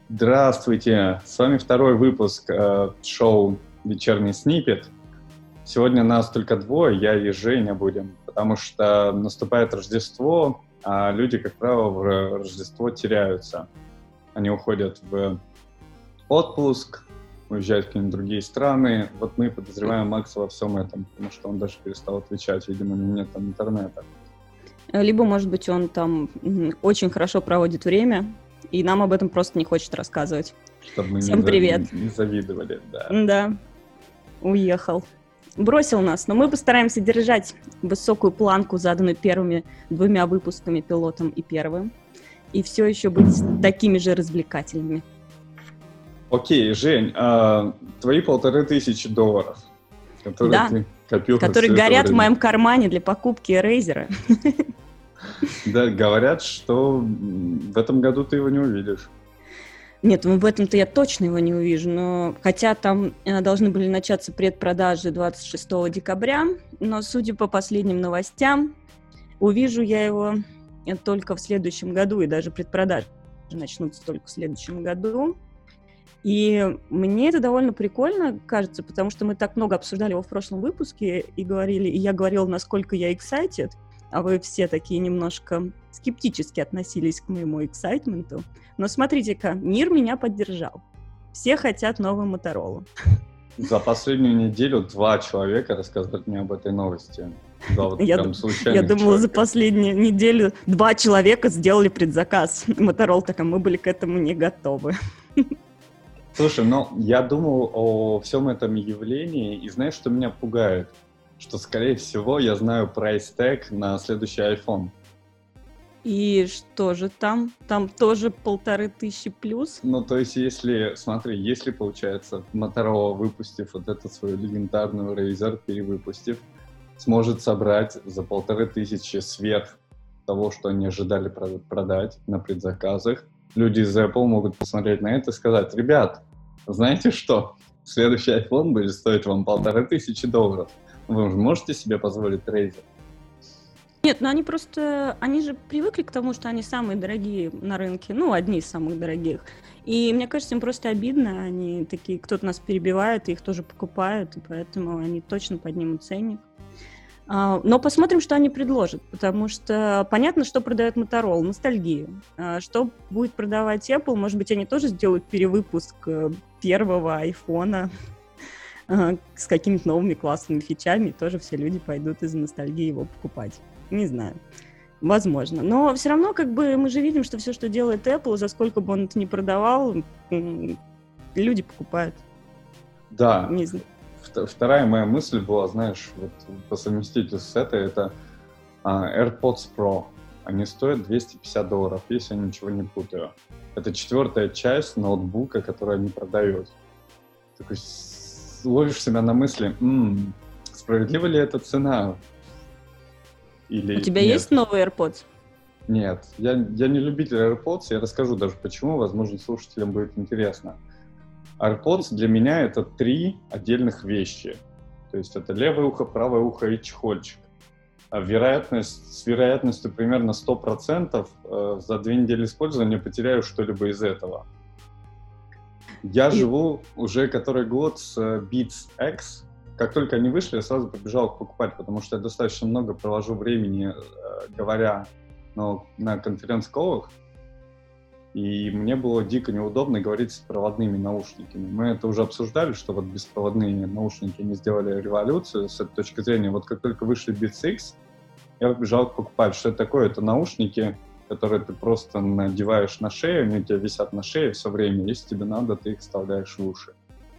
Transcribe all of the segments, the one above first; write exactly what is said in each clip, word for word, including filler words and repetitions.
Здравствуйте! С вами второй выпуск э, шоу «Вечерний сниппет». Сегодня нас только двое, я и Женя будем, потому что наступает Рождество, а люди, как правило, в Рождество теряются. Они уходят в отпуск, уезжают в какие-нибудь другие страны. Вот мы подозреваем Макса во всем этом, потому что он даже перестал отвечать, видимо, у него нет там интернета. Либо, может быть, он там очень хорошо проводит время, и нам об этом просто не хочет рассказывать. Чтобы мы Всем не, привет. За... не завидовали, да. Да, уехал. Бросил нас, но мы постараемся держать высокую планку, заданную первыми двумя выпусками, пилотом и первым, и все еще быть такими же развлекательными. Окей, Жень, а твои полторы тысячи долларов, которые да, ты копил, которые горят в моем кармане для покупки Razer. Да, говорят, что в этом году ты его не увидишь. Нет, ну в этом-то я точно его не увижу, но хотя там э, должны были начаться предпродажи двадцать шестого декабря, но судя по последним новостям, увижу я его только в следующем году, и даже предпродажи начнутся только в следующем году. И мне это довольно прикольно кажется, потому что мы так много обсуждали его в прошлом выпуске и говорили, и я говорила, насколько я excited, а вы все такие немножко скептически относились к моему эксайтменту. Но смотрите-ка, мир меня поддержал. Все хотят новую Моторолу. За последнюю неделю два человека рассказали мне об этой новости. Да, вот я, прям случайно. Я думала, за последнюю неделю два человека сделали предзаказ. Моторол такая, мы были к этому не готовы. Слушай, ну, я думал о всем этом явлении, и знаешь, что меня пугает? Что, скорее всего, я знаю прайс-тег на следующий iPhone. И что же там? Там тоже полторы тысячи плюс? Ну, то есть, если, смотри, если, получается, Motorola, выпустив вот эту свою легендарную Razer, перевыпустив, сможет собрать за полторы тысячи сверх того, что они ожидали продать на предзаказах, люди из Apple могут посмотреть на это и сказать: ребят, знаете что? Следующий iPhone будет стоить вам полторы тысячи долларов. Вы же можете себе позволить Razer? Нет, ну они просто, они же привыкли к тому, что они самые дорогие на рынке, ну, одни из самых дорогих. И мне кажется, им просто обидно, они такие, кто-то нас перебивает, и их тоже покупают, и поэтому они точно поднимут ценник. Но посмотрим, что они предложат, потому что понятно, что продает Motorola, ностальгию. Что будет продавать Apple, может быть, они тоже сделают перевыпуск первого айфона с какими-то новыми классными фичами, и тоже все люди пойдут из ностальгии его покупать. Не знаю. Возможно. Но все равно, как бы, мы же видим, что все, что делает Apple, за сколько бы он это ни продавал, люди покупают. Да. Не знаю. Вторая моя мысль была, знаешь, вот по совместительству с этой, это uh, AirPods Pro. Они стоят двести пятьдесят долларов, если я ничего не путаю. Это четвертая часть ноутбука, которую они продают. Такой ловишь себя на мысли: м-м, справедлива ли эта цена? Или У тебя нет? есть новые AirPods? Нет, я, я не любитель AirPods, я расскажу даже почему, возможно, слушателям будет интересно. AirPods для меня это три отдельных вещи. То есть это левое ухо, правое ухо и чехольчик. А вероятность, с вероятностью примерно сто процентов э, за две недели использования потеряю что-либо из этого. Я и... живу уже который год с Beats X. Как только они вышли, я сразу побежал их покупать, потому что я достаточно много провожу времени, э, говоря ну, на конференц-коллах. И мне было дико неудобно говорить с проводными наушниками. Мы это уже обсуждали, что вот беспроводные наушники не сделали революцию с этой точки зрения. Вот как только вышли Beats X, я побежал покупать. Что это такое? Это наушники, которые ты просто надеваешь на шею, они у тебя висят на шее все время. Если тебе надо, ты их вставляешь в уши.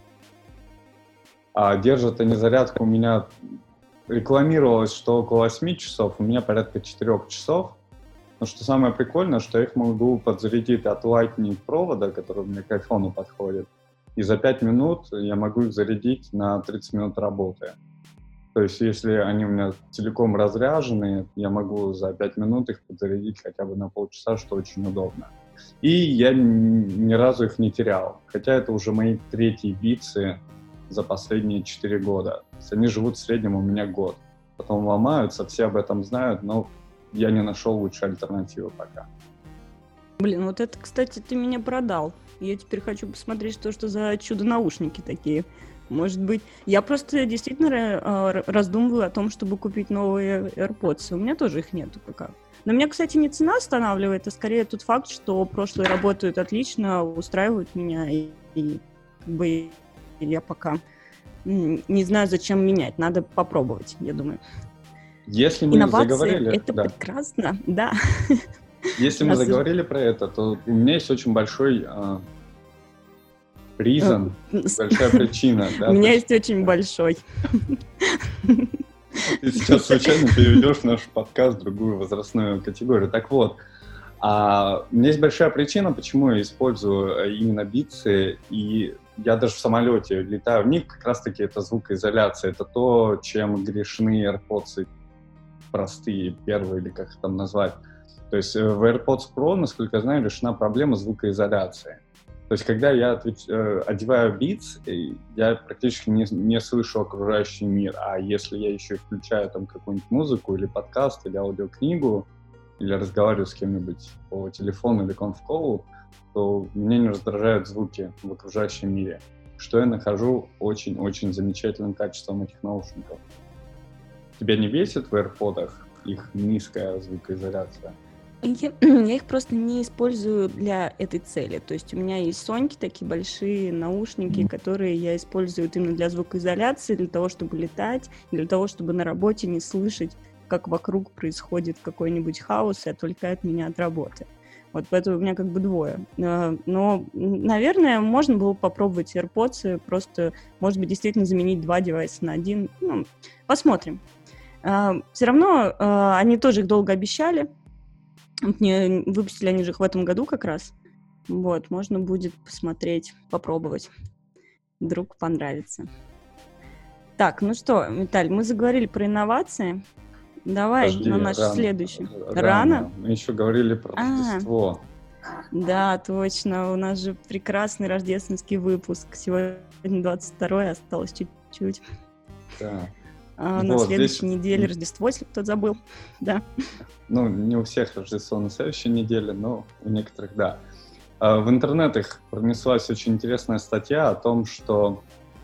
А держат они зарядку у меня... Рекламировалось, что около восемь часов, у меня порядка четыре часов. Но что самое прикольное, что я их могу подзарядить от Lightning провода, который у меня к айфону подходит. И за пять минут я могу их зарядить на тридцать минут работы. То есть если они у меня целиком разряжены, я могу за пять минут их подзарядить хотя бы на полчаса, что очень удобно. И я ни разу их не терял. Хотя это уже мои третьи битсы за последние четыре года. То есть они живут в среднем у меня год. Потом ломаются, все об этом знают, но я не нашел лучшей альтернативы пока. Блин, вот это, кстати, ты меня продал. Я теперь хочу посмотреть, что, что за чудо-наушники такие. Может быть, я просто действительно ра- а, р- раздумываю о том, чтобы купить новые AirPods. У меня тоже их нету пока. Но меня, кстати, не цена останавливает, а скорее тот факт, что прошлые работают отлично, устраивают меня, и, и как бы я пока м, не знаю, зачем менять. Надо попробовать, я думаю. Если мы Инновации — заговорили, это да, прекрасно, да. если мы Нас ж- заговорили про это, то у меня есть очень большой а, э, reason, с- большая причина, У да, меня поч- есть очень да. большой. Ты сейчас случайно переведешь наш подкаст в другую возрастную категорию. Так вот, а, у меня есть большая причина, почему я использую э, именно битсы, и я даже в самолете летаю в них, как раз-таки это звукоизоляция, это то, чем грешны AirPods простые, первые, или как их там назвать. То есть э, в AirPods Pro, насколько я знаю, решена проблема звукоизоляции. То есть когда я отвеч- э, одеваю Beats, э, я практически не, не слышу окружающий мир, а если я еще и включаю там какую-нибудь музыку или подкаст, или аудиокнигу, или разговариваю с кем-нибудь по телефону или конф-колу, то меня не раздражают звуки в окружающем мире, что я нахожу очень-очень замечательным качеством этих наушников. Тебя не бесит в AirPod'ах их низкая звукоизоляция? Я, я их просто не использую для этой цели. То есть у меня есть Соньки, такие большие наушники, Мгм. которые я использую именно для звукоизоляции, для того, чтобы летать, для того, чтобы на работе не слышать, как вокруг происходит какой-нибудь хаос и отвлекает меня от работы. Вот поэтому у меня как бы двое. Э, Но, м, наверное, можно было попробовать AirPods, просто, может быть, действительно заменить два девайса на один. Ну, посмотрим. Все равно э, они тоже их долго обещали. Вот мне выпустили они же их в этом году как раз. Вот, можно будет посмотреть, попробовать. Вдруг понравится. Так, ну что, Виталь, мы заговорили про инновации. Давай на Подожди, наш рано, следующий. рано. Рано? Мы еще говорили про А, Рождество. да, точно. У нас же прекрасный рождественский выпуск. Сегодня двадцать второе, осталось чуть-чуть. Да. А на Вот здесь, следующей неделе Рождество, если кто-то забыл. Да. ну, не у всех Рождество на следующей неделе, но у некоторых, да. А в интернетах пронеслась очень интересная статья о том, что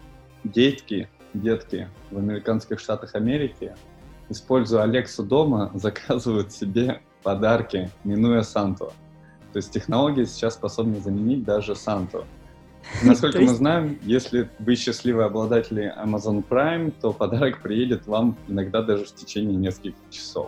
детки, детки в американских штатах Америки, используя Алексу дома, заказывают себе подарки, минуя Санту. То есть технологии сейчас способны заменить даже Санту. И То насколько мы есть, знаем, если вы счастливые обладатели Amazon Prime, то подарок приедет вам иногда даже в течение нескольких часов.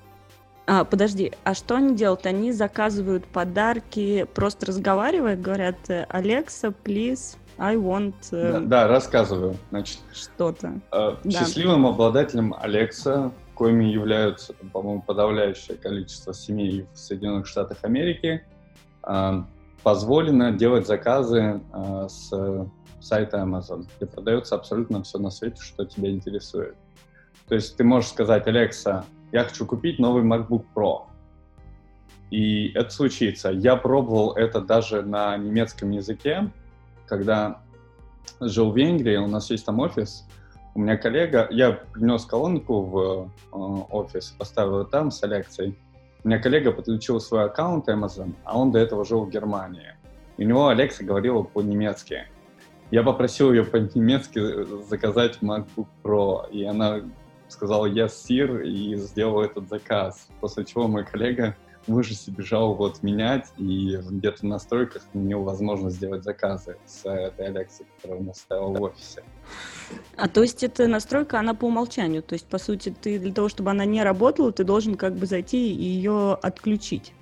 а, подожди, а что они делают? Они заказывают подарки, просто разговаривая, говорят, э, Alexa, please, I want Да, э, да, рассказываю. Значит, что-то. э, Да. счастливым обладателем Alexa, коими являются, там, по-моему, подавляющее количество семей в Соединенных Штатах Америки, э, позволено делать заказы э, с сайта Amazon, где продается абсолютно все на свете, что тебя интересует. То есть ты можешь сказать: Alexa, я хочу купить новый MacBook Pro. И это случится. Я пробовал это даже на немецком языке, когда жил в Венгрии, у нас есть там офис. У меня коллега, я принес колонку в э, офис, поставил ее там с Алексой. У меня коллега подключил свой аккаунт Amazon, а он до этого жил в Германии. И у него Алекса говорила по-немецки. Я попросил ее по-немецки заказать MacBook Pro, и она сказала yes, sir, и сделала этот заказ. После чего мой коллега в ужасе бежал его отменять, и где-то в настройках имел возможность сделать заказы с этой Алексой, которую он оставил в офисе. А то есть эта настройка, она по умолчанию. То есть, по сути, ты для того, чтобы она не работала, ты должен как бы зайти и ее отключить.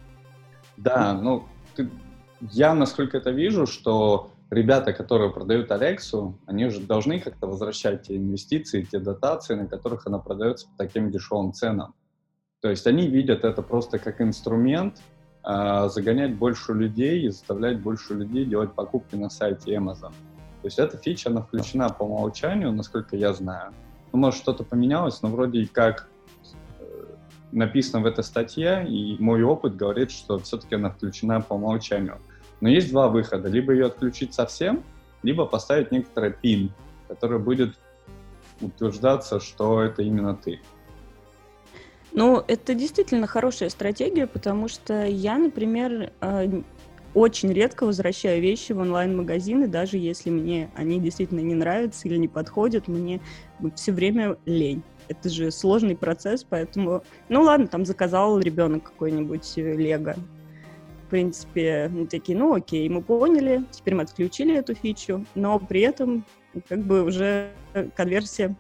Да, ну, ты, я, насколько это вижу, что ребята, которые продают Алексу, они же должны как-то возвращать те инвестиции, те дотации, на которых она продается по таким дешевым ценам. То есть они видят это просто как инструмент э, загонять больше людей и заставлять больше людей делать покупки на сайте Amazon. То есть эта фича, она включена по умолчанию, насколько я знаю. Ну, может, что-то поменялось, но вроде как э, написано в этой статье, и мой опыт говорит, что все-таки она включена по умолчанию. Но есть два выхода. Либо ее отключить совсем, либо поставить некоторый пин, который будет утверждаться, что это именно ты. Ну, это действительно хорошая стратегия, потому что я, например, а, н- очень редко возвращаю вещи в онлайн-магазины, даже если мне они действительно не нравятся или не подходят, мне все время лень. Это же сложный процесс, поэтому, ну ладно, там заказал ребенок какой-нибудь э, Лего. В принципе, мы такие, ну окей, мы поняли, теперь мы отключили эту фичу, но при этом как бы уже конверсия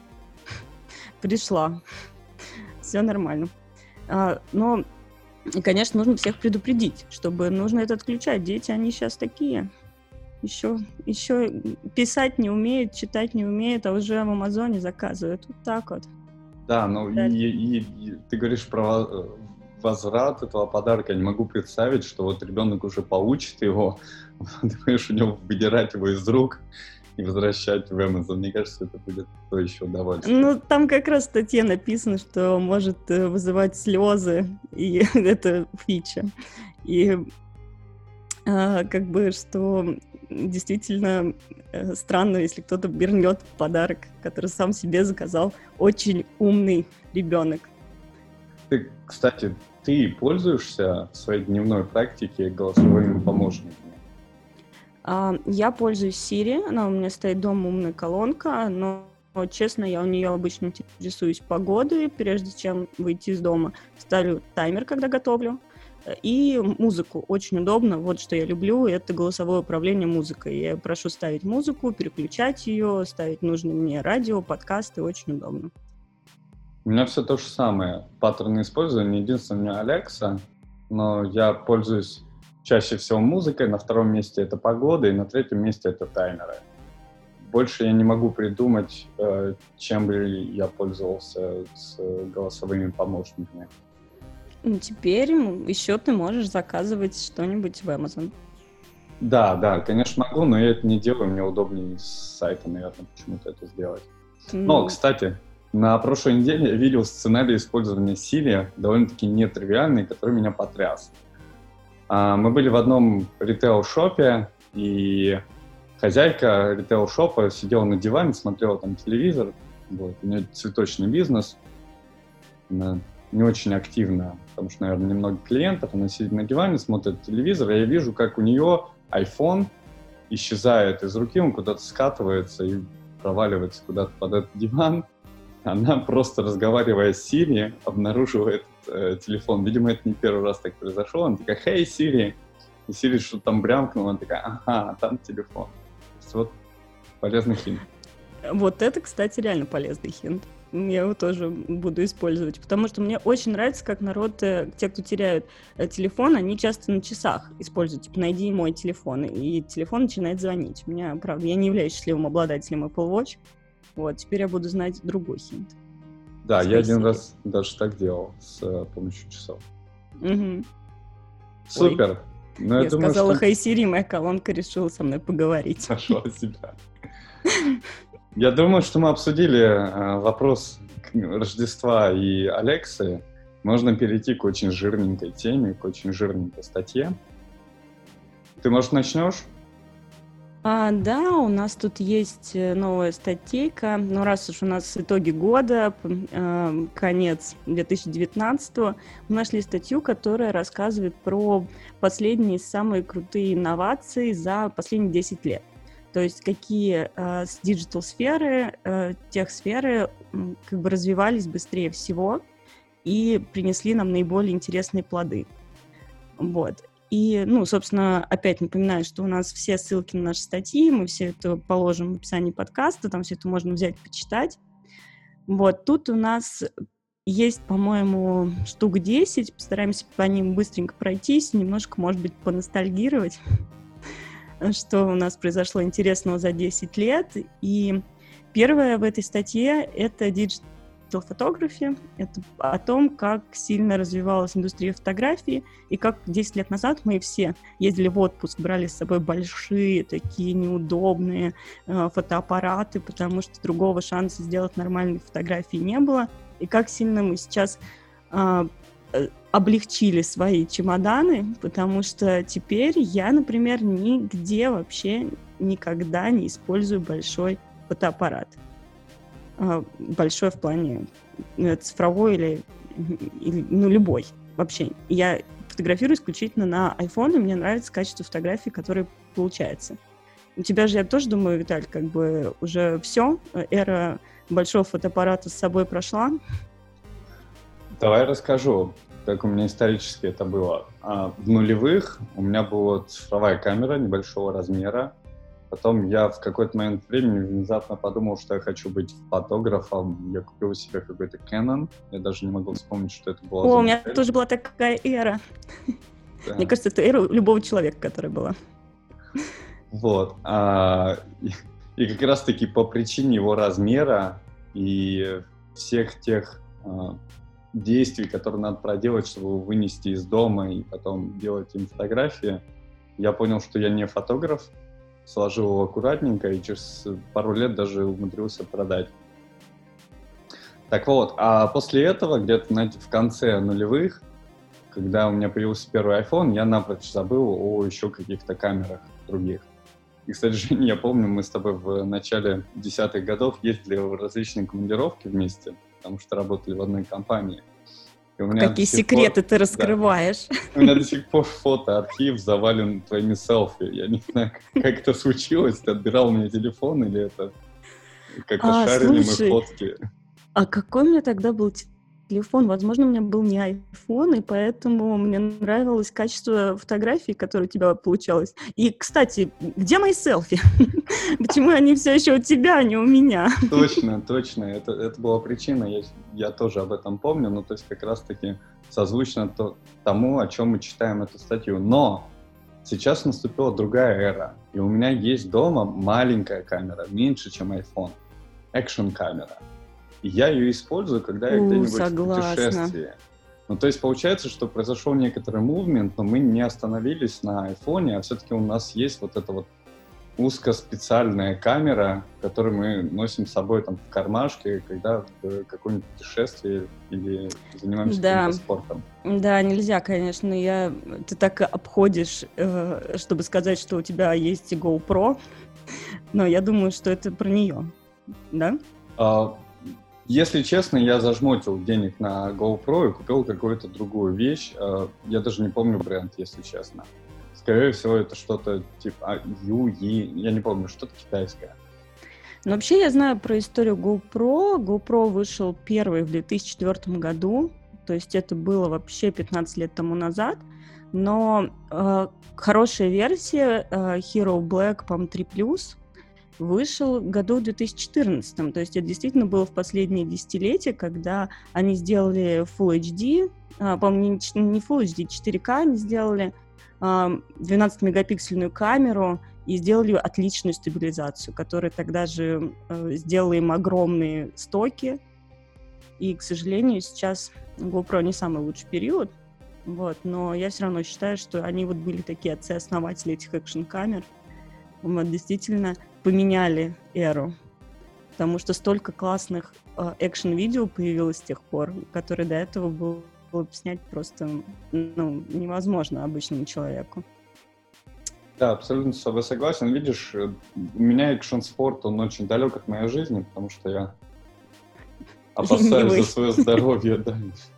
пришла, все нормально. А, но, конечно, нужно всех предупредить, чтобы нужно это отключать. Дети, они сейчас такие. Еще, еще писать не умеют, читать не умеют, а уже в Амазоне заказывают. Вот так вот. Да, ну и, Дальше. и- и ты говоришь про во- возврат этого подарка. Я не могу представить, что вот ребенок уже получит его, ты будешь у него выдирать его из рук и возвращать в Amazon. Мне кажется, это будет то еще удовольствие. Ну, там как раз в статье написано, что может э, вызывать слезы, и это фича. И а, как бы, что действительно э, странно, если кто-то вернет подарок, который сам себе заказал. Очень умный ребенок. Ты, кстати, ты пользуешься в своей дневной практике голосовыми помощниками? А, Я пользуюсь Siri, она у меня стоит дома, умная колонка, но, но, честно, я у нее обычно интересуюсь погодой, прежде чем выйти из дома. Ставлю таймер, когда готовлю, э, и музыку. Очень удобно, вот что я люблю, это голосовое управление музыкой. Я прошу ставить музыку, переключать ее, ставить нужные мне радио, подкасты, очень удобно. У меня все то же самое. Паттерны использования. Единственное, у меня Alexa, но я пользуюсь чаще всего музыкой. На втором месте это погода, и на третьем месте это таймеры. Больше я не могу придумать, э, чем бы я пользовался с голосовыми помощниками. Ну, теперь еще ты можешь заказывать что-нибудь в Amazon. Да, да, конечно могу, но я это не делаю. Мне удобнее с сайта, наверное, почему-то это сделать. Но, Ну, кстати, на прошлой неделе я видел сценарий использования Siri, довольно-таки нетривиальный, который меня потряс. А, Мы были в одном ритейл-шопе, и хозяйка ритейл-шопа сидела на диване, смотрела там телевизор. Вот. У нее цветочный бизнес. Она не очень активна, потому что, наверное, немного клиентов. Она сидит на диване, смотрит телевизор, и я вижу, как у нее iPhone исчезает из руки, он куда-то скатывается и проваливается куда-то под этот диван. Она просто, разговаривая с Siri, обнаруживает э, телефон. Видимо, это не первый раз так произошло. Она такая: «Хей, Siri!» И Siri что-то там брямкнула. Она такая: «Ага, там телефон». То есть вот полезный хинт. вот это, кстати, реально полезный хинт. Я его тоже буду использовать, потому что мне очень нравится, как народ, э, те, кто теряют э, телефон, они часто на часах используют, типа, найди мой телефон, и телефон начинает звонить. У меня, правда, я не являюсь счастливым обладателем Apple Watch, вот, теперь я буду знать другой хинт. Да, С я один Hi Siri. раз даже так делал с э, помощью часов. Мгм. Супер! Ну, Я я думаю, сказала что Hi Siri, моя колонка решила со мной поговорить. нашла себя. Я думаю, что мы обсудили э, вопрос к- Рождества и Алексы. Можно перейти к очень жирненькой теме, к очень жирненькой статье. Ты, может, начнешь? А, да, у нас тут есть э, новая статейка. Ну, раз уж у нас итоги года, п- э, конец две тысячи девятнадцатого, мы нашли статью, которая рассказывает про последние самые крутые инновации за последние десять лет. То есть какие э, с диджитал-сферы, э, тех-сферы м, как бы развивались быстрее всего и принесли нам наиболее интересные плоды. Вот. И, ну, собственно, опять напоминаю, что у нас все ссылки на наши статьи, мы все это положим в описании подкаста, там все это можно взять, почитать. Вот, тут у нас есть, по-моему, штук десять, постараемся по ним быстренько пройтись, немножко, может быть, поностальгировать, что у нас произошло интересного за десять лет. И первое в этой статье — это Digital Photography. Это о том, как сильно развивалась индустрия фотографии, и как десять лет назад мы все ездили в отпуск, брали с собой большие, такие неудобные э, фотоаппараты, потому что другого шанса сделать нормальные фотографии не было. И как сильно мы сейчас э, э, облегчили свои чемоданы, потому что теперь я, например, нигде вообще никогда не использую большой фотоаппарат. А, большой в плане э, цифровой или или, ну, любой вообще. Я фотографирую исключительно на iPhone, и мне нравится качество фотографий, которые получается. У тебя же, я тоже думаю, Виталь, как бы уже все, эра большого фотоаппарата с собой прошла. Давай расскажу, как у меня исторически это было. А, в нулевых у меня была цифровая камера небольшого размера. Потом я в какой-то момент времени внезапно подумал, что я хочу быть фотографом. Я купил себе какой-то Canon. Я даже не могу вспомнить, что это было. О, у меня тоже была такая эра. Да. Мне кажется, это эра любого человека, которая была. Вот. А, и, и как раз-таки по причине его размера и всех тех а, действий, которые надо проделать, чтобы его вынести из дома и потом делать им фотографии, я понял, что я не фотограф, сложил его аккуратненько и через пару лет даже умудрился продать. Так вот, а после этого, где-то, знаете, в конце нулевых, когда у меня появился первый iPhone, я напрочь забыл о еще каких-то камерах других. И, кстати, Женя, я помню, мы с тобой в начале десятых годов ездили в различные командировки вместе, потому что работали в одной компании. И у меня Какие секреты пор... ты раскрываешь? Да. У меня до сих пор фотоархив завален твоими селфи. Я не знаю, как это случилось. Ты отбирал у меня телефон или это как-то а, шарили слушай, мы фотки? А какой у меня тогда был телефон? Возможно, у меня был не iPhone, и поэтому мне нравилось качество фотографий, которые у тебя получалось. И, кстати, где мои селфи? Почему они все еще у тебя, а не у меня? Точно, точно. Это, это была причина. Я, я тоже об этом помню. Ну, то есть как раз-таки созвучно то, тому, о чем мы читаем эту статью. Но сейчас наступила другая эра. И у меня есть дома маленькая камера, меньше, чем iPhone. Экшн-камера. И я ее использую, когда я У, где-нибудь согласна. в путешествии. Ну, то есть получается, что произошел некоторый мувмент, но мы не остановились на айфоне, а все-таки у нас есть вот эта вот узкоспециальная камера, которую мы носим с собой там в кармашке, когда в каком-нибудь путешествии или занимаемся да. каким-то спортом. Да, нельзя, конечно. Я... Ты так обходишь, э, чтобы сказать, что у тебя есть GoPro, но я думаю, что это про нее, да? А, если честно, я зажмотил денег на GoPro и купил какую-то другую вещь. А, я даже не помню бренд, если честно. Скорее всего, это что-то типа Ю, И, я не помню, что-то китайское. Но вообще я знаю про историю GoPro. GoPro вышел первый в две тысячи четвёртом году, то есть это было вообще пятнадцать лет тому назад. Но э, хорошая версия э, Hero Black, по-моему, три плюс, вышел в году две тысячи четырнадцатом. То есть это действительно было в последнее десятилетие, когда они сделали Full эйч ди, э, по-моему, не, не Full эйч ди, четыре ка они сделали, двенадцатимегапиксельную камеру и сделали отличную стабилизацию, которая тогда же э, сделала им огромные стоки. И, к сожалению, сейчас GoPro не самый лучший период, вот, но я все равно считаю, что они вот были такие отцы-основатели этих экшн-камер. Вот, действительно поменяли эру, потому что столько классных э, экшн-видео появилось с тех пор, которые до этого было снять просто ну, невозможно обычному человеку. Да, абсолютно с собой согласен. Видишь, у меня экшн-спорт, он очень далек от моей жизни, потому что я опасаюсь за свое здоровье. Да.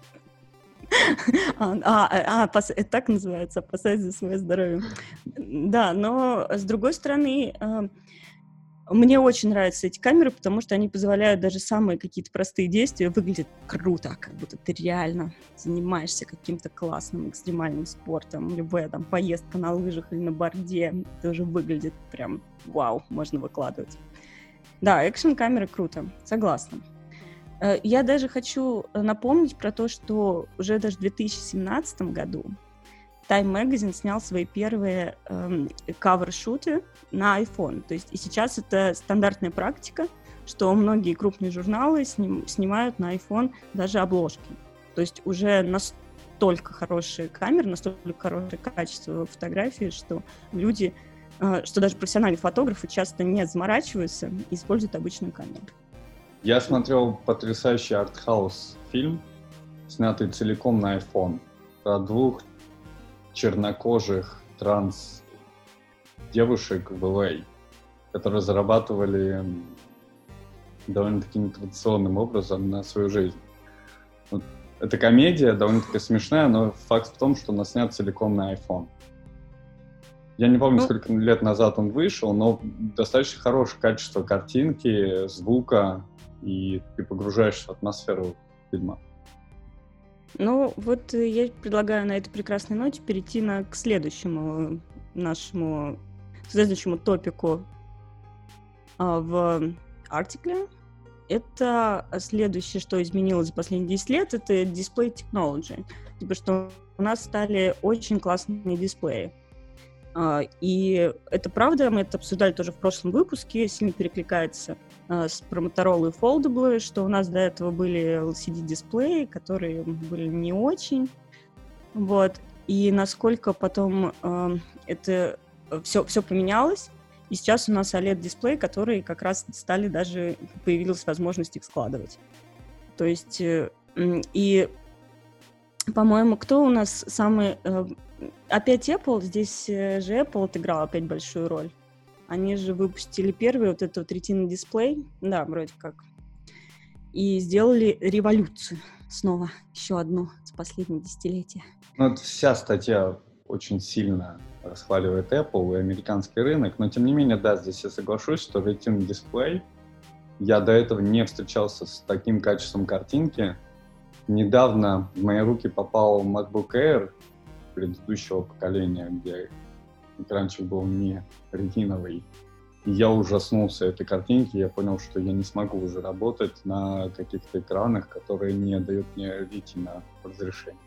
А, а, а пос, это так называется, опасаюсь за свое здоровье. Да, но с другой стороны, мне очень нравятся эти камеры, потому что они позволяют даже самые какие-то простые действия выглядеть круто, как будто ты реально занимаешься каким-то классным экстремальным спортом. Любая там поездка на лыжах или на борде тоже выглядит прям вау, можно выкладывать. Да, экшн-камеры круто, согласна. Я даже хочу напомнить про то, что уже даже в две тысячи семнадцатом году Time Magazine снял свои первые эм, кавер-шуты на iPhone. То есть и сейчас это стандартная практика, что многие крупные журналы сним, снимают на iPhone даже обложки. То есть уже настолько хорошие камеры, настолько хорошее качество фотографии, что люди, э, что даже профессиональные фотографы часто не заморачиваются и используют обычную камеру. Я смотрел потрясающий артхаус фильм, снятый целиком на iPhone, про двух чернокожих транс-девушек в эл эй, которые зарабатывали довольно-таки нетрадиционным образом на свою жизнь. Вот это комедия, довольно-таки смешная, но факт в том, что она снят целиком на iPhone. Я не помню, Ну, сколько лет назад он вышел, но достаточно хорошее качество картинки, звука, и ты погружаешься в атмосферу фильма. ну, вот э, я предлагаю на этой прекрасной ноте перейти на, к следующему нашему, следующему топику а, в артикле. Это следующее, что изменилось за последние десять лет, это Display Technology. Типа, что у нас стали очень классные дисплеи. А, И это правда, мы это обсуждали тоже в прошлом выпуске, сильно перекликается а, с про Motorola и Foldable, что у нас до этого были эл си ди-дисплеи, которые были не очень. Вот. И насколько потом а, это все, все поменялось, и сейчас у нас о лед-дисплеи, которые как раз стали даже, появилась возможность их складывать. То есть, э, м, и, по-моему, кто у нас самый... э, Опять Apple, здесь э, же Apple отыграл опять большую роль. Они же выпустили первый вот этот вот Retina дисплей, да, вроде как, и сделали революцию снова, еще одну за последние десятилетия. Ну, вот вся статья очень сильно расхваливает Apple и американский рынок, но тем не менее, да, здесь я соглашусь, что Retina дисплей, я до этого не встречался с таким качеством картинки. Недавно в мои руки попал MacBook Air предыдущего поколения, где экранчик был не ретиновый. И я ужаснулся этой картинке, я понял, что я не смогу уже работать на каких-то экранах, которые не дают мне ретина разрешение.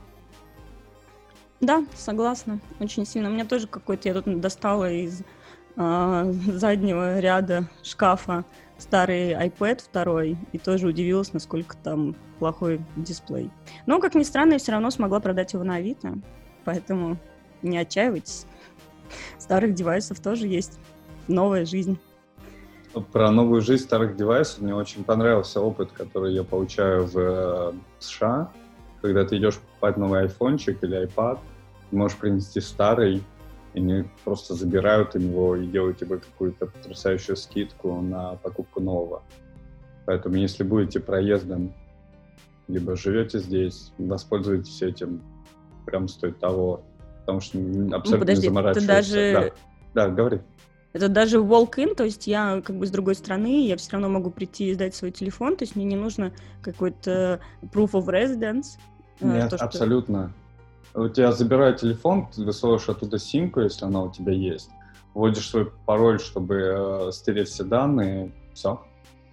Да, согласна, очень сильно. У меня тоже какой-то, я тут достала из а, заднего ряда шкафа старый iPad второй, и тоже удивилась, насколько там плохой дисплей. Но, как ни странно, я все равно смогла продать его на Авито, поэтому не отчаивайтесь. Старых девайсов тоже есть новая жизнь. Про новую жизнь старых девайсов мне очень понравился опыт, который я получаю в э, США, когда ты идешь покупать новый айфончик или iPad, ты можешь принести старый, и они просто забирают у него и делают тебе какую-то потрясающую скидку на покупку нового. Поэтому если будете проездом, либо живете здесь, воспользуйтесь этим, прям стоит того, потому что абсолютно Ну, подожди, не заморачивается. это даже... Да, да, говори. Это даже walk-in, то есть я как бы с другой стороны, я все равно могу прийти и сдать свой телефон, то есть мне не нужно какой-то proof of residence. э, Нет, то, что- абсолютно. У тебя забирают телефон, ты высовываешь оттуда симку, если она у тебя есть, вводишь свой пароль, чтобы э, стереть все данные, все.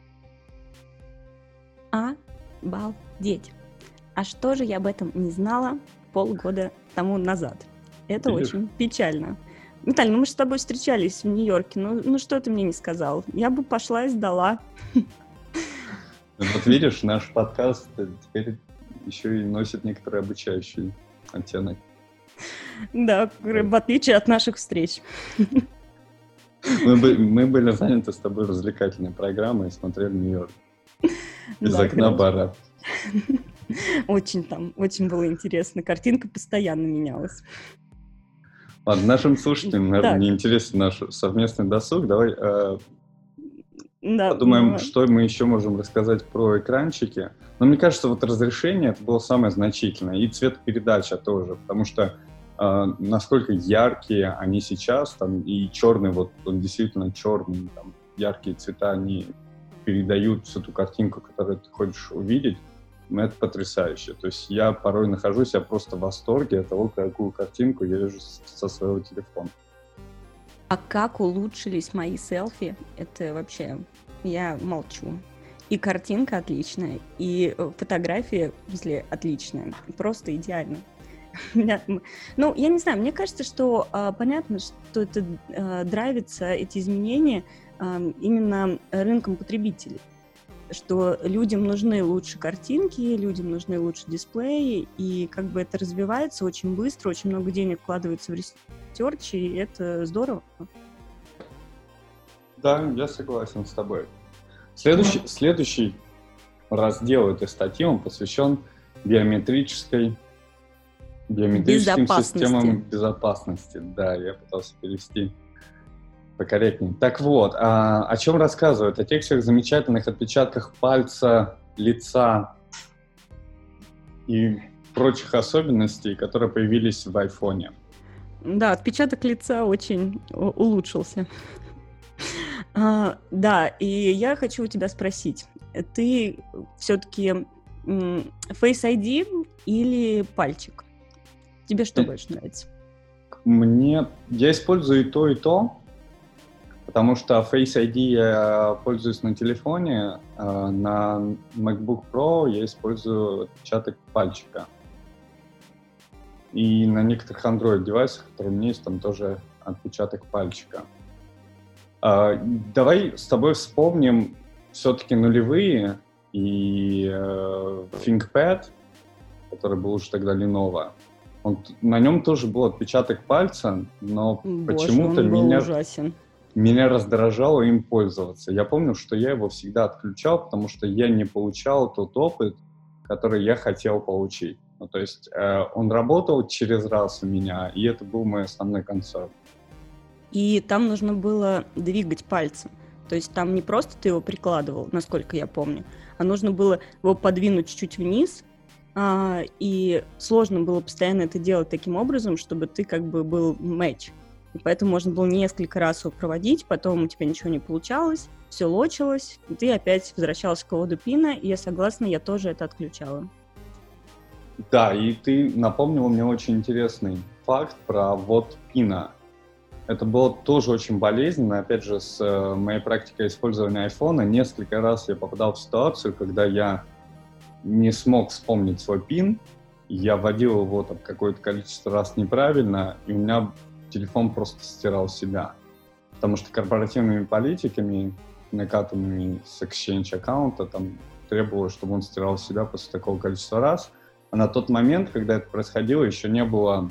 Обалдеть. А что же я об этом не знала полгода тому назад? Это Видишь? очень печально. Виталий, ну мы же с тобой встречались в Нью-Йорке, ну, ну что ты мне не сказал? Я бы пошла и сдала. Вот видишь, наш подкаст э, теперь еще и носит некоторый обучающий оттенок. Да, в отличие от наших встреч. Мы, бы- мы были заняты с тобой развлекательной программой и смотрели Нью-Йорк из Да, окна короче. бара. Очень там, очень было интересно. Картинка постоянно менялась. Ладно, нашим слушателям, наверное, Так. не интересен наш совместный досуг. Давай э, Да, подумаем, давай. что мы еще можем рассказать про экранчики. Но мне кажется, вот разрешение это было самое значительное. И цветопередача тоже, потому что э, насколько яркие они сейчас, там, и черный, вот он действительно черный, там, яркие цвета, они передают всю ту картинку, которую ты хочешь увидеть. Ну, это потрясающе. То есть я порой нахожусь, я просто в восторге от того, какую картинку я вижу с- со своего телефона. А как улучшились мои селфи, это вообще, я молчу. И картинка отличная, и э, фотография, в смысле, отличная, просто идеально. Меня- м, Ну, я не знаю, мне кажется, что а, понятно, что это а, драйвится, эти изменения, а, именно рынком потребителей. Что людям нужны лучше картинки, людям нужны лучше дисплеи, и как бы это развивается очень быстро, очень много денег вкладывается в ресерч, и это здорово. Да, я согласен с тобой. Следующий, следующий раздел этой статьи, он посвящен биометрической, биометрическим Безопасности. системам безопасности. Да, я пытался перевести покорректнее. Так вот, а, о чем рассказывают? О тех всех замечательных отпечатках пальца, лица, и прочих особенностей, которые появились в айфоне. Да, отпечаток лица очень у- улучшился. А, да, и я хочу у тебя спросить, ты все-таки Face ай ди или пальчик? Тебе что больше нравится? Мне... Я использую и то, и то, потому что Face ай ди я пользуюсь на телефоне, а на MacBook Pro я использую отпечаток пальчика. И на некоторых Android-девайсах, которые у меня есть, там тоже отпечаток пальчика. А, давай с тобой вспомним все-таки нулевые и э, ThinkPad, который был уже тогда Lenovo. Он, на нем тоже был отпечаток пальца, но Боже, почему-то он был меня, ужасен. меня раздражало им пользоваться. Я помню, что я его всегда отключал, потому что я не получал тот опыт, который я хотел получить. Ну, то есть э, он работал через раз у меня, и это был мой основной концерн. И там нужно было двигать пальцем. То есть там не просто ты его прикладывал, насколько я помню, а нужно было его подвинуть чуть-чуть вниз, а, и сложно было постоянно это делать таким образом, чтобы ты как бы был матч. И поэтому можно было несколько раз его проводить, потом у тебя ничего не получалось, все лочилось, и ты опять возвращался к коду пина, и я согласна, я тоже это отключала. Да, и ты напомнил мне очень интересный факт про ввод пина. Это было тоже очень болезненно. Опять же, с э, моей практикой использования айфона несколько раз я попадал в ситуацию, когда я не смог вспомнить свой пин, я вводил его там какое-то количество раз неправильно, и у меня телефон просто стирал себя. Потому что корпоративными политиками, накатанными с Exchange аккаунта, там требовалось, чтобы он стирал себя после такого количества раз. А на тот момент, когда это происходило, еще не было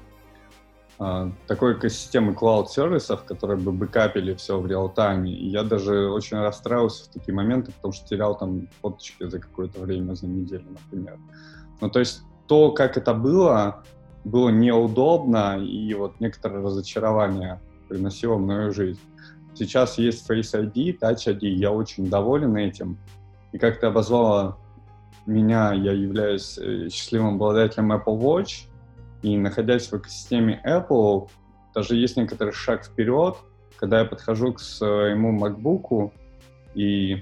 э, такой экосистемы клауд-сервисов, которые бы бэкапили все в реал-тайме. И я даже очень расстраивался в такие моменты, потому что терял там фоточки за какое-то время, за неделю, например. Ну, то есть то, как это было, было неудобно, и вот некоторое разочарование приносило в мою жизнь. Сейчас есть Face ай ди, Touch ай ди, я очень доволен этим. И как ты обозвала меня, я являюсь счастливым обладателем Apple Watch, и находясь в экосистеме Apple, даже есть некоторый шаг вперед, когда я подхожу к своему MacBook и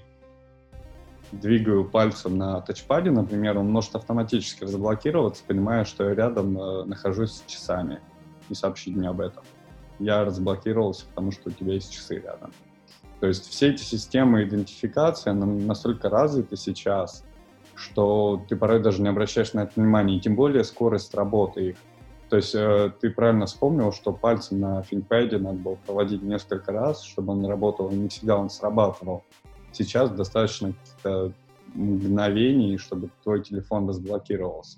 двигаю пальцем на тачпаде, например, он может автоматически разблокироваться, понимая, что я рядом э, нахожусь с часами, и сообщить мне об этом. Я разблокировался, потому что у тебя есть часы рядом. То есть все эти системы идентификации настолько развиты сейчас, что ты порой даже не обращаешь на это внимания, и тем более скорость работы их. То есть э, ты правильно вспомнил, что пальцем на ThinkPad надо было проводить несколько раз, чтобы он работал, и не всегда он срабатывал. Сейчас достаточно каких-то мгновений, чтобы твой телефон разблокировался.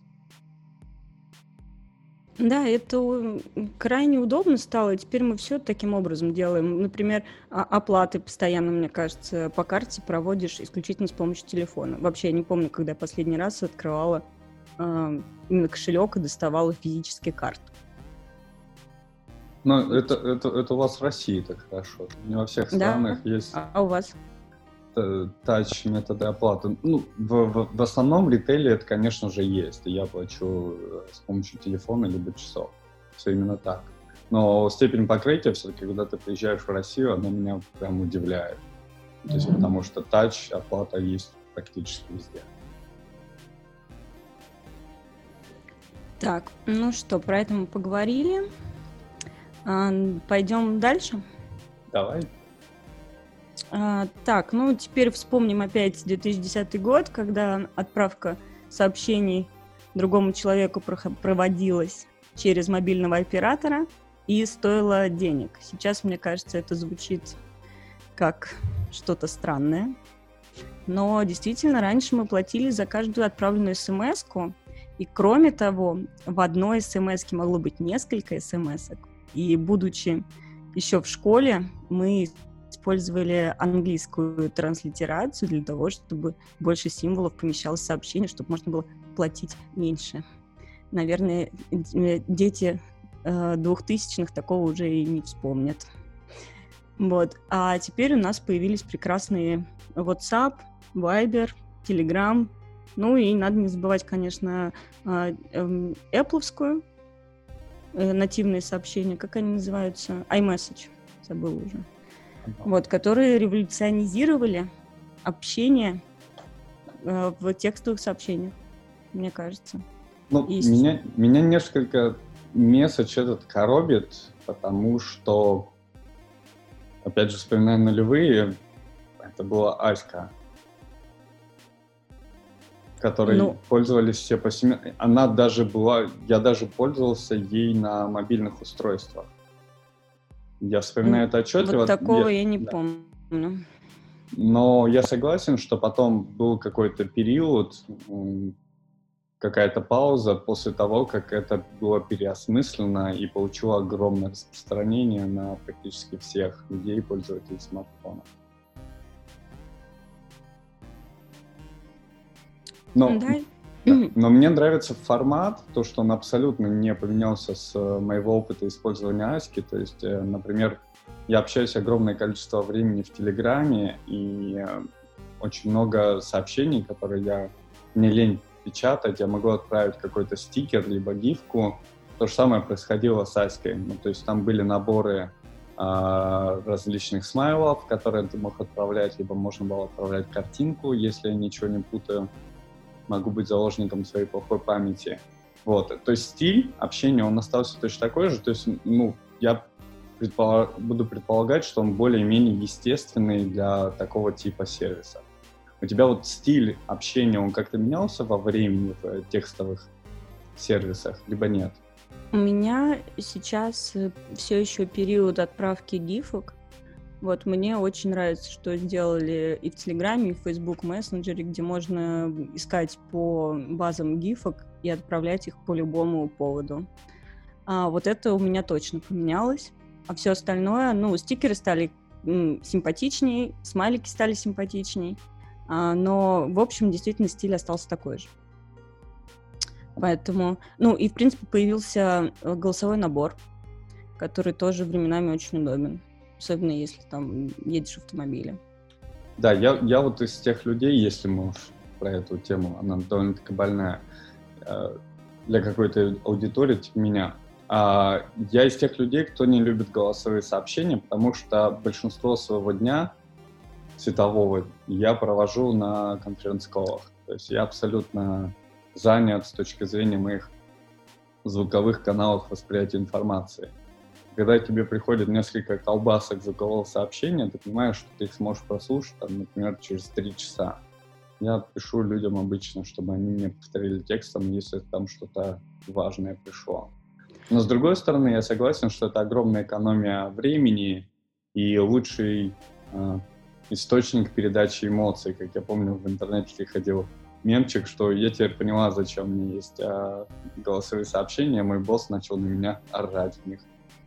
Да, это крайне удобно стало, и теперь мы все таким образом делаем. Например, оплаты постоянно, мне кажется, по карте проводишь исключительно с помощью телефона. Вообще, я не помню, когда я последний раз открывала э, именно кошелек и доставала физически карту. Но это, это, это у вас в России так хорошо. Не во всех странах да? есть А у вас? тач методы оплаты. Ну, в, в, в основном в ритейле это, конечно же, есть. И я плачу с помощью телефона либо часов. Все именно так. Но степень покрытия все-таки, когда ты приезжаешь в Россию, она меня прям удивляет. То есть, mm-hmm. потому что тач оплата есть практически везде. Так, ну что, про это мы поговорили. А, пойдем дальше? Давай. А, так, ну теперь вспомним опять две тысячи десятый год, когда отправка сообщений другому человеку проводилась через мобильного оператора и стоила денег. Сейчас, мне кажется, это звучит как что-то странное. Но действительно, раньше мы платили за каждую отправленную смс-ку, и кроме того, в одной смс-ке могло быть несколько смс-ок. И будучи еще в школе, мы использовали английскую транслитерацию для того, чтобы больше символов помещалось в сообщение, чтобы можно было платить меньше. Наверное, дети двухтысячных такого уже и не вспомнят. Вот. А теперь у нас появились прекрасные WhatsApp, Viber, Telegram Ну и надо не забывать, конечно, а, эм, Apple-овскую, э, нативные сообщения, как они называются? iMessage, забыла уже. Ага. Вот, которые революционизировали общение э, в текстовых сообщениях, мне кажется. Ну, И с- меня, меня несколько месседж этот коробит, потому что, опять же, вспоминая нулевые, это была Аська, которой Ну, пользовались все повсеместно. Она даже была, я даже пользовался ей на мобильных устройствах. Я м, вспоминаю это вот отчетливо. такого Я- я не да. помню. Но я согласен, что потом был какой-то период, м, какая-то пауза после того, как это было переосмыслено и получило огромное распространение на практически всех людей, пользователей смартфона. Но, Да. да, но мне нравится формат, то, что он абсолютно не поменялся с э, моего опыта использования Аськи. То есть, э, например, я общаюсь огромное количество времени в Телеграме, и э, очень много сообщений, которые я не лень печатать, я могу отправить какой-то стикер, либо гифку. То же самое происходило с Аськой. Ну, то есть там были наборы а, различных смайлов, которые ты мог отправлять, либо можно было отправлять картинку, если я ничего не путаю. Могу быть заложником своей плохой памяти. Вот. То есть стиль общения, он остался точно такой же. То есть, ну, я предполаг... буду предполагать, что он более-менее естественный для такого типа сервиса. У тебя вот стиль общения, он как-то менялся во времени в текстовых сервисах, либо нет? У меня сейчас все еще период отправки гифок. Вот мне очень нравится, что сделали и в Телеграме, и в Facebook мессенджере, где можно искать по базам гифок и отправлять их по любому поводу. А вот это у меня точно поменялось. А все остальное, ну, стикеры стали м, симпатичнее, смайлики стали симпатичней. А, но, в общем, действительно, стиль остался такой же. Поэтому, ну, и, в принципе, появился э, голосовой набор, который тоже временами очень удобен. Особенно если там едешь в автомобиле. Да, я, я вот из тех людей, если мы уж про эту тему, она довольно-таки больная э, для какой-то аудитории, типа меня. А, я из тех людей, кто не любит голосовые сообщения, потому что большинство своего дня светового я провожу на конференц-коллах. То есть я абсолютно занят с точки зрения моих звуковых каналов восприятия информации. Когда тебе приходит несколько колбасок звукового сообщения, ты понимаешь, что ты их сможешь прослушать, там, например, через три часа. Я пишу людям обычно, чтобы они мне повторили текстом, если там что-то важное пришло. Но, с другой стороны, я согласен, что это огромная экономия времени и лучший э, источник передачи эмоций. Как я помню, в интернете ходил мемчик, что я теперь поняла, зачем мне есть э, голосовые сообщения. Мой босс начал на меня орать в них.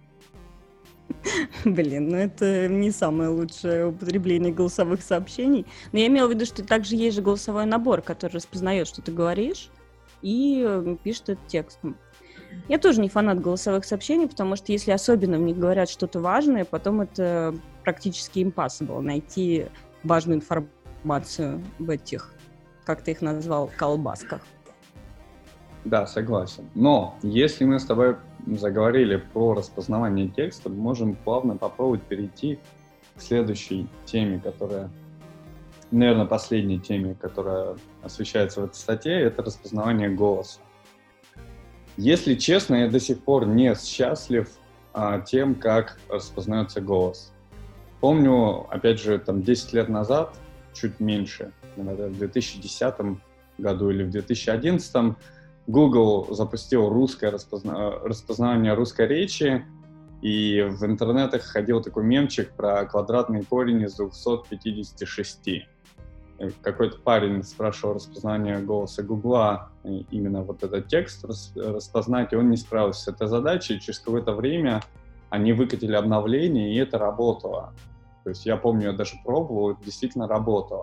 Блин, ну это не самое лучшее употребление голосовых сообщений. Но я имела в виду, что также есть же голосовой набор, который распознает, что ты говоришь, и э, пишет это текстом. Я тоже не фанат голосовых сообщений, потому что если особенно в них говорят что-то важное, потом это практически impossible найти важную информацию в этих, как ты их назвал, колбасках. Да, согласен. Но если мы с тобой заговорили про распознавание текста, мы можем плавно попробовать перейти к следующей теме, которая, наверное, последней теме, которая освещается в этой статье, это распознавание голоса. Если честно, я до сих пор не счастлив а, тем, как распознается голос. Помню, опять же, там десять лет назад, чуть меньше, наверное, в две тысячи десятом году или в две тысячи одиннадцатом, Google запустил русское распозна... распознавание русской речи, и в интернетах ходил такой мемчик про квадратный корень из двухсот пятидесяти шести. Какой-то парень спрашивал распознавание голоса Гугла, именно вот этот текст распознать, и он не справился с этой задачей. Через какое-то время они выкатили обновление, и это работало. То есть я помню, я даже пробовал, это действительно работало.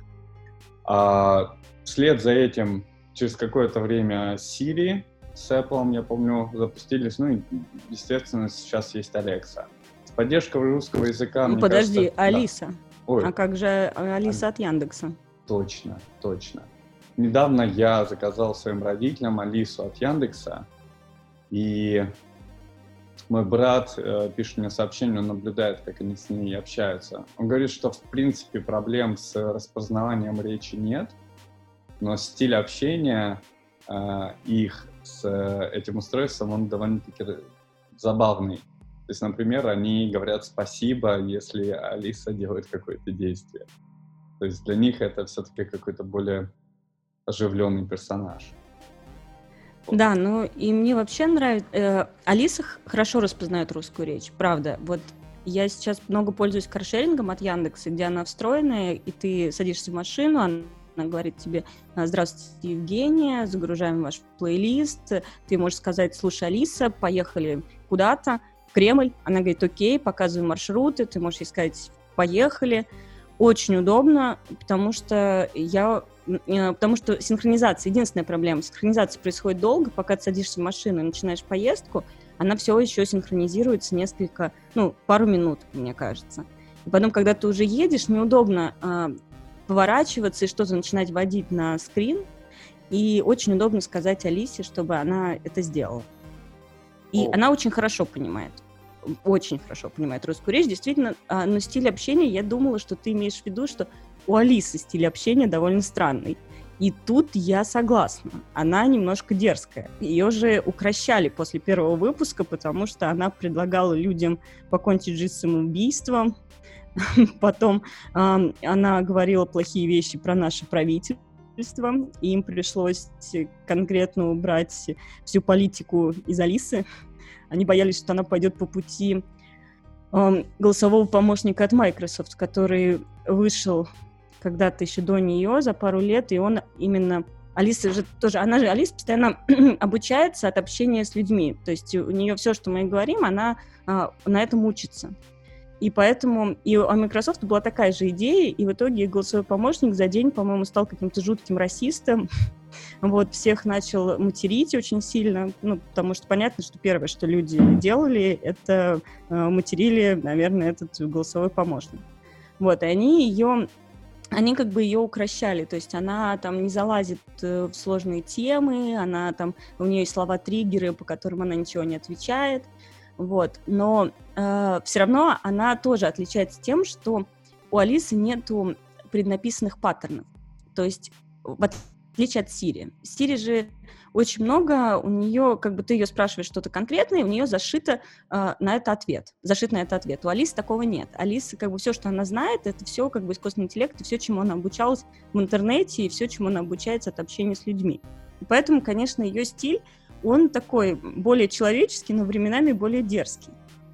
А вслед за этим через какое-то время Siri с Apple, я помню, запустились. Ну и, естественно, сейчас есть Alexa. С поддержкой русского языка, Ну, мне подожди, кажется... Алиса. Да. Ой, А как же Алиса от Яндекса? точно, точно. недавно я заказал своим родителям Алису от Яндекса, и мой брат э, пишет мне сообщение, он наблюдает, как они с ней общаются. Он говорит, что в принципе проблем с распознаванием речи нет, но стиль общения э, их с э, этим устройством, он довольно-таки забавный. То есть, например, они говорят спасибо, если Алиса делает какое-то действие. То есть для них это все-таки какой-то более оживленный персонаж. Да, ну и мне вообще нравится... Э, Алиса х- хорошо распознает русскую речь, правда. Вот я сейчас много пользуюсь каршерингом от Яндекса, где она встроенная, и ты садишься в машину, она она говорит тебе: «А, здравствуйте, Евгения, загружаем ваш плейлист». Ты можешь сказать: слушай, Алиса, поехали куда-то, в Кремль. Она говорит: окей, показывай маршруты. Ты можешь ей сказать: поехали. Очень удобно, потому что я... э, Потому что синхронизация, единственная проблема, синхронизация происходит долго, пока ты садишься в машину и начинаешь поездку, она все еще синхронизируется несколько, ну, пару минут, мне кажется. И потом, когда ты уже едешь, неудобно а, поворачиваться и что-то начинать вводить на скрин, и очень удобно сказать Алисе, чтобы она это сделала. И О. она очень хорошо понимает, очень хорошо понимает русскую речь, действительно, а, но стиль общения, я думала, что ты имеешь в виду, что у Алисы стиль общения довольно странный. И тут я согласна, она немножко дерзкая. Ее же укрощали после первого выпуска, потому что она предлагала людям покончить жизнь самоубийством. Потом ам, она говорила плохие вещи про наше правительство, и им пришлось конкретно убрать всю политику из Алисы. Они боялись, что она пойдет по пути ам, голосового помощника от Microsoft, который вышел когда-то еще до нее, за пару лет, и он именно... Алиса же тоже... Она же, Алиса постоянно обучается от общения с людьми. То есть у нее все, что мы ей говорим, она а, на этом учится. И поэтому и у Microsoft была такая же идея, и в итоге голосовой помощник за день, по-моему, стал каким-то жутким расистом. Вот, всех начал материть очень сильно, ну, потому что понятно, что первое, что люди делали, это э, материли, наверное, этот голосовой помощник. Вот, и они ее... Они как бы ее укращали, то есть она там не залазит э, в сложные темы, она там, у нее есть слова-триггеры, по которым она ничего не отвечает, вот, но э, все равно она тоже отличается тем, что у Алисы нету преднаписанных паттернов, то есть в отличие от Сири. Сири же очень много, у нее, как бы ты ее спрашиваешь что-то конкретное, у нее зашито э, на это ответ, зашит на это ответ. У Алисы такого нет. Алиса, как бы все, что она знает, это все как бы искусственный интеллект, и все, чему она обучалась в интернете, и все, чему она обучается от общения с людьми. И поэтому, конечно, ее стиль, он такой более человеческий, но временами более дерзкий.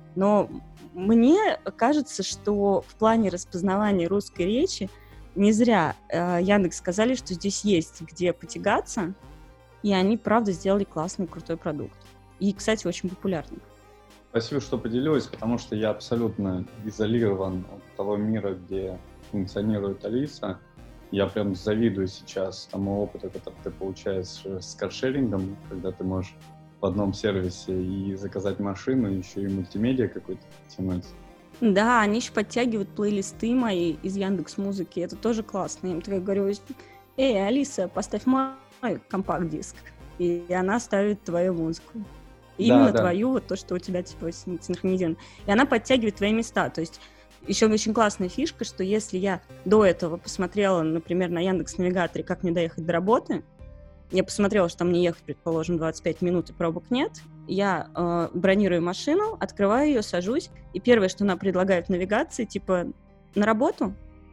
Но мне кажется, что в плане распознавания русской речи не зря э, Яндекс сказали, что здесь есть где потягаться, и они, правда, сделали классный, крутой продукт. И, кстати, очень популярный. Спасибо, что поделилась, потому что я абсолютно изолирован от того мира, где функционирует Алиса. Я прям завидую сейчас тому опыту, который ты получаешь с каршерингом, когда ты можешь в одном сервисе и заказать машину, еще и мультимедиа какой-то тянуть. Да, они еще подтягивают плейлисты мои из Яндекс.Музыки, это тоже классно. Я им так говорю: эй, Алиса, поставь мой компакт-диск, и она ставит твою музыку. Именно да. твою, вот то, что у тебя типа синхронизировано. И она подтягивает твои места. То есть еще очень классная фишка, что если я до этого посмотрела, например, на Яндекс.Навигаторе, как мне доехать до работы, я посмотрела, что мне ехать, предположим, двадцать пять минут и пробок нет, я э, бронирую машину, открываю ее, сажусь, и первое, что она предлагает в навигации, типа, на работу?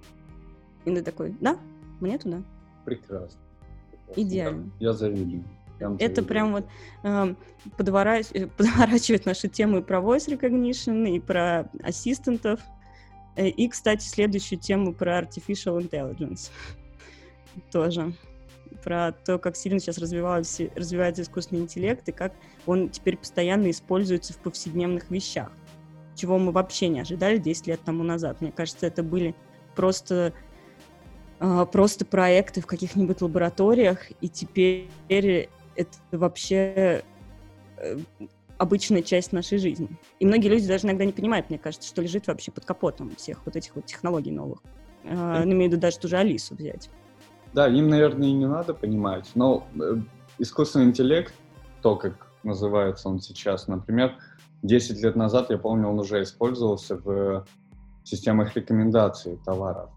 И ты такой: да, мне туда. Прекрасно. Идеально. Я, я завидую. Прям Это завидую. прям вот э, подворачивает, подворачивает наши темы про voice recognition и про ассистентов. И, кстати, следующую тему про artificial intelligence тоже. Про то, как сильно сейчас развивается, развивается искусственный интеллект и как он теперь постоянно используется в повседневных вещах, чего мы вообще не ожидали десять лет тому назад. Мне кажется, это были просто, э, просто проекты в каких-нибудь лабораториях, и теперь это вообще э, обычная часть нашей жизни. И многие люди даже иногда не понимают, мне кажется, что лежит вообще под капотом всех вот этих вот технологий новых. Э, имею в виду даже ту же Алису взять. Да, им, наверное, и не надо понимать, но э, искусственный интеллект, то, как называется он сейчас, например, десять лет назад, я помню, он уже использовался в системах рекомендаций товаров.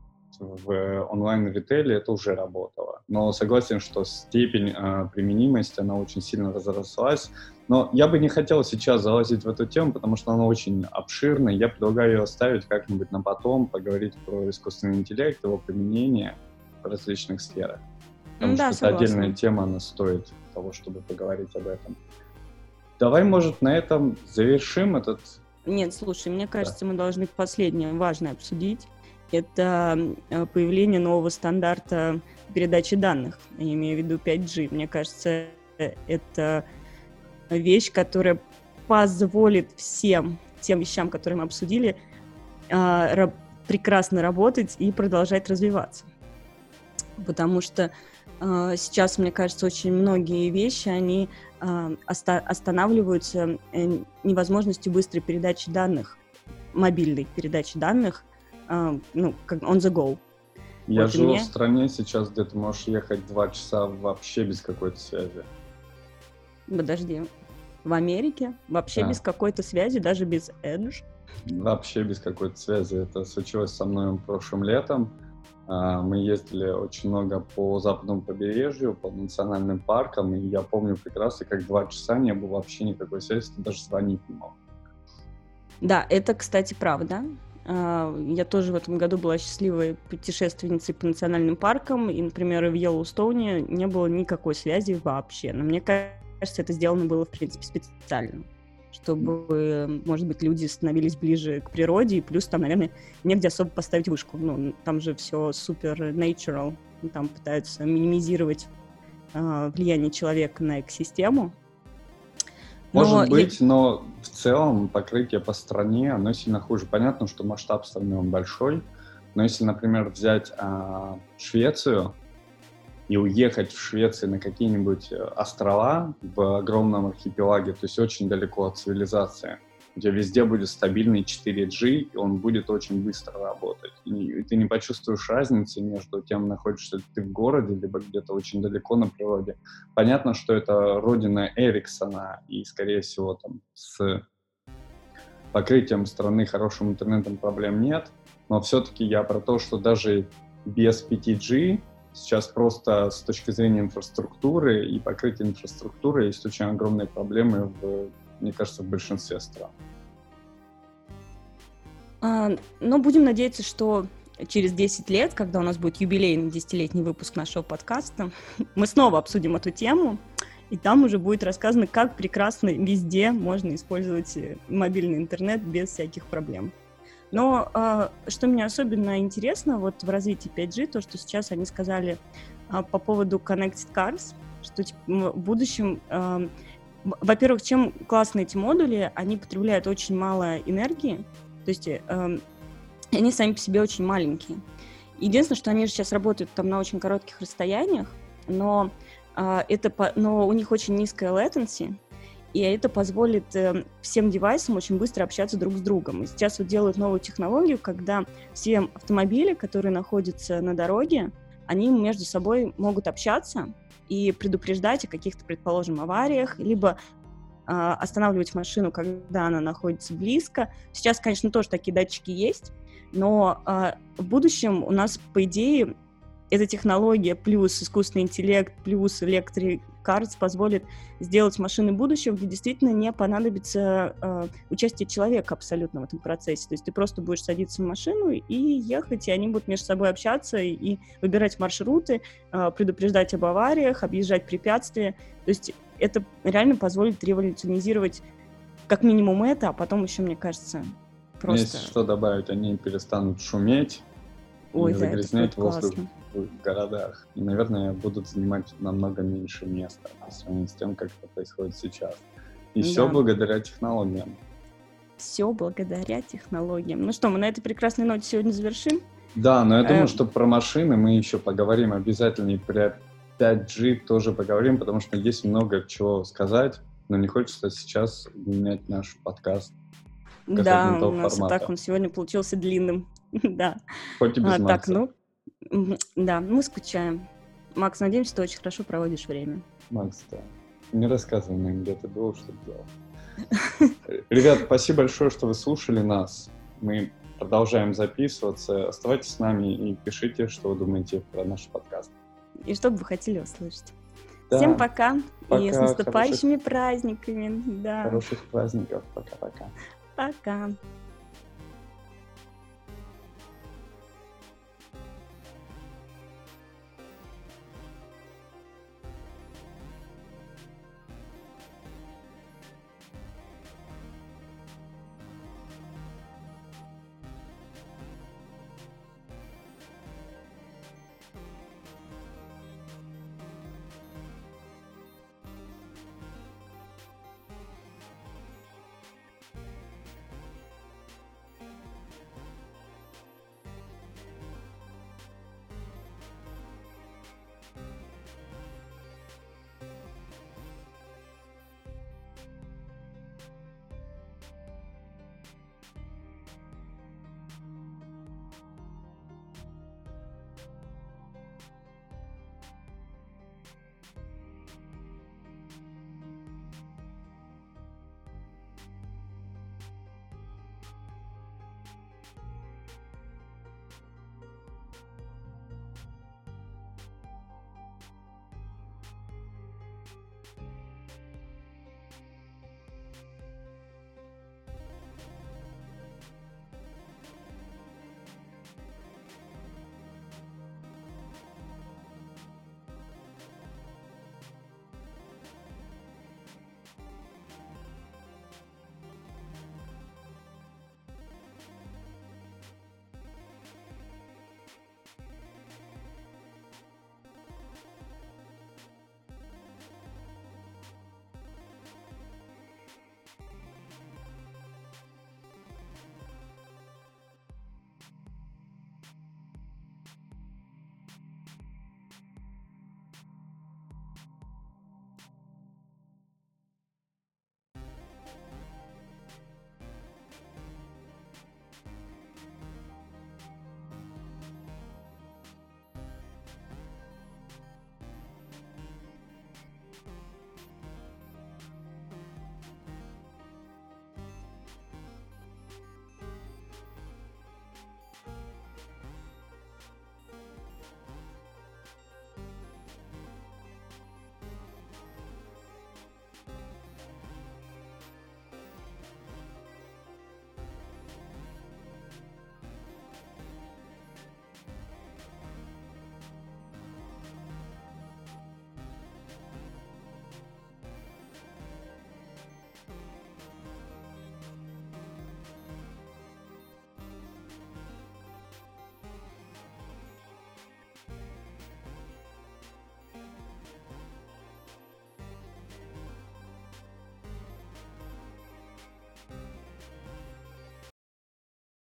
В онлайн-ритейле это уже работало. Но согласен, что степень э, применимости, она очень сильно разрослась. Но я бы не хотел сейчас залазить в эту тему, потому что она очень обширная. Я предлагаю ее оставить как-нибудь на потом, поговорить про искусственный интеллект, его применение в различных сферах. Потому Да, что это согласна. отдельная тема, она стоит того, чтобы поговорить об этом. Давай, может, на этом завершим этот... Нет, слушай, мне кажется, мы должны последнее важное обсудить. Это э, появление нового стандарта передачи данных. Я имею в виду пять джи. Мне кажется, э, это вещь, которая позволит всем тем вещам, которые мы обсудили, э, раб- прекрасно работать и продолжать развиваться. Потому что э, сейчас, мне кажется, очень многие вещи, они э, оста- останавливаются э, невозможностью быстрой передачи данных, мобильной передачи данных, э, ну, как on the go. Я Вот, и живу мне- в стране сейчас, где ты можешь ехать два часа вообще без какой-то связи. Подожди. В Америке вообще Да. без какой-то связи, даже без Edge. Вообще без какой-то связи. Это случилось со мной прошлым летом. А, Мы ездили очень много по западному побережью, по национальным паркам, и я помню прекрасно, как два часа не было вообще никакой связи, ты даже звонить не мог. Да, это, кстати, правда. А, Я тоже в этом году была счастливой путешественницей по национальным паркам, и, например, и в Йеллоустоуне не было никакой связи вообще. Но мне кажется, это сделано было, в принципе, специально, чтобы, может быть, люди становились ближе к природе, и плюс там, наверное, негде особо поставить вышку. Ну, там же все супер natural, там пытаются минимизировать а, влияние человека на экосистему. Но Может я- быть, но в целом покрытие по стране, оно сильно хуже. Понятно, что масштаб страны он большой, но если, например, взять а, Швецию и уехать в Швецию на какие-нибудь э, острова в огромном архипелаге, то есть очень далеко от цивилизации, где везде будет стабильный четыре джи, и он будет очень быстро работать. И, и ты не почувствуешь разницы между тем, находишься ли ты в городе, либо где-то очень далеко на природе. Понятно, что это родина Эриксона, и, скорее всего, там с покрытием страны хорошим интернетом проблем нет, но все-таки я про то, что даже без пять джи сейчас просто с точки зрения инфраструктуры и покрытия инфраструктуры есть очень огромные проблемы, в, мне кажется, в большинстве стран. А, Но будем надеяться, что через десять лет, когда у нас будет юбилейный десятилетний выпуск нашего подкаста, мы снова обсудим эту тему, и там уже будет рассказано, как прекрасно везде можно использовать э, мобильный интернет без всяких проблем. Но а, что мне особенно интересно вот в развитии пять джи, то, что сейчас они сказали а, по поводу Connected Cars, что типа, м, в будущем, а, в- во-первых, чем классны эти модули, они потребляют очень мало энергии, то есть э, эм, они сами по себе очень маленькие. Единственное, что они же сейчас работают там на очень коротких расстояниях, но, а, это, по- но у них очень низкая latency, и это позволит э, всем девайсам очень быстро общаться друг с другом. И сейчас вот делают новую технологию, когда все автомобили, которые находятся на дороге, они между собой могут общаться и предупреждать о каких-то, предположим, авариях, либо а, останавливать машину, когда она находится близко. Сейчас, конечно, тоже такие датчики есть, но а, в будущем у нас, по идее, эта технология плюс искусственный интеллект плюс electric cars позволит сделать машины будущего, где действительно не понадобится э, участие человека абсолютно в этом процессе. То есть ты просто будешь садиться в машину и ехать, и они будут между собой общаться и, и выбирать маршруты, э, предупреждать об авариях, объезжать препятствия. То есть это реально позволит революционизировать как минимум это, а потом еще, мне кажется, просто... Если что добавить, они перестанут шуметь, Ой, и да, это загрязнять будет воздух классно. в городах. И, наверное, будут занимать намного меньше места по сравнению с тем, как это происходит сейчас. И все Да. благодаря технологиям. Все благодаря технологиям. Ну что, мы на этой прекрасной ноте сегодня завершим. Да, но я думаю, Эм. что про машины мы еще поговорим обязательно, и про пять джи тоже поговорим, потому что есть много чего сказать, но не хочется сейчас менять наш подкаст Да, касательно у того нас и формата. так он сегодня получился длинным. Да. Хоть и без А, так, Макса. ну, м, да, мы скучаем. Макс, надеемся, ты очень хорошо проводишь время. Макс, да. Не рассказывай мне, где ты был, что ты делал. Ребят, спасибо большое, что вы слушали нас. Мы продолжаем записываться. Оставайтесь с нами и пишите, что вы думаете про наш подкаст. И что бы вы хотели услышать. Да. Всем пока. Пока. И с наступающими Хороших... праздниками. Да. Хороших праздников. Пока-пока. Пока.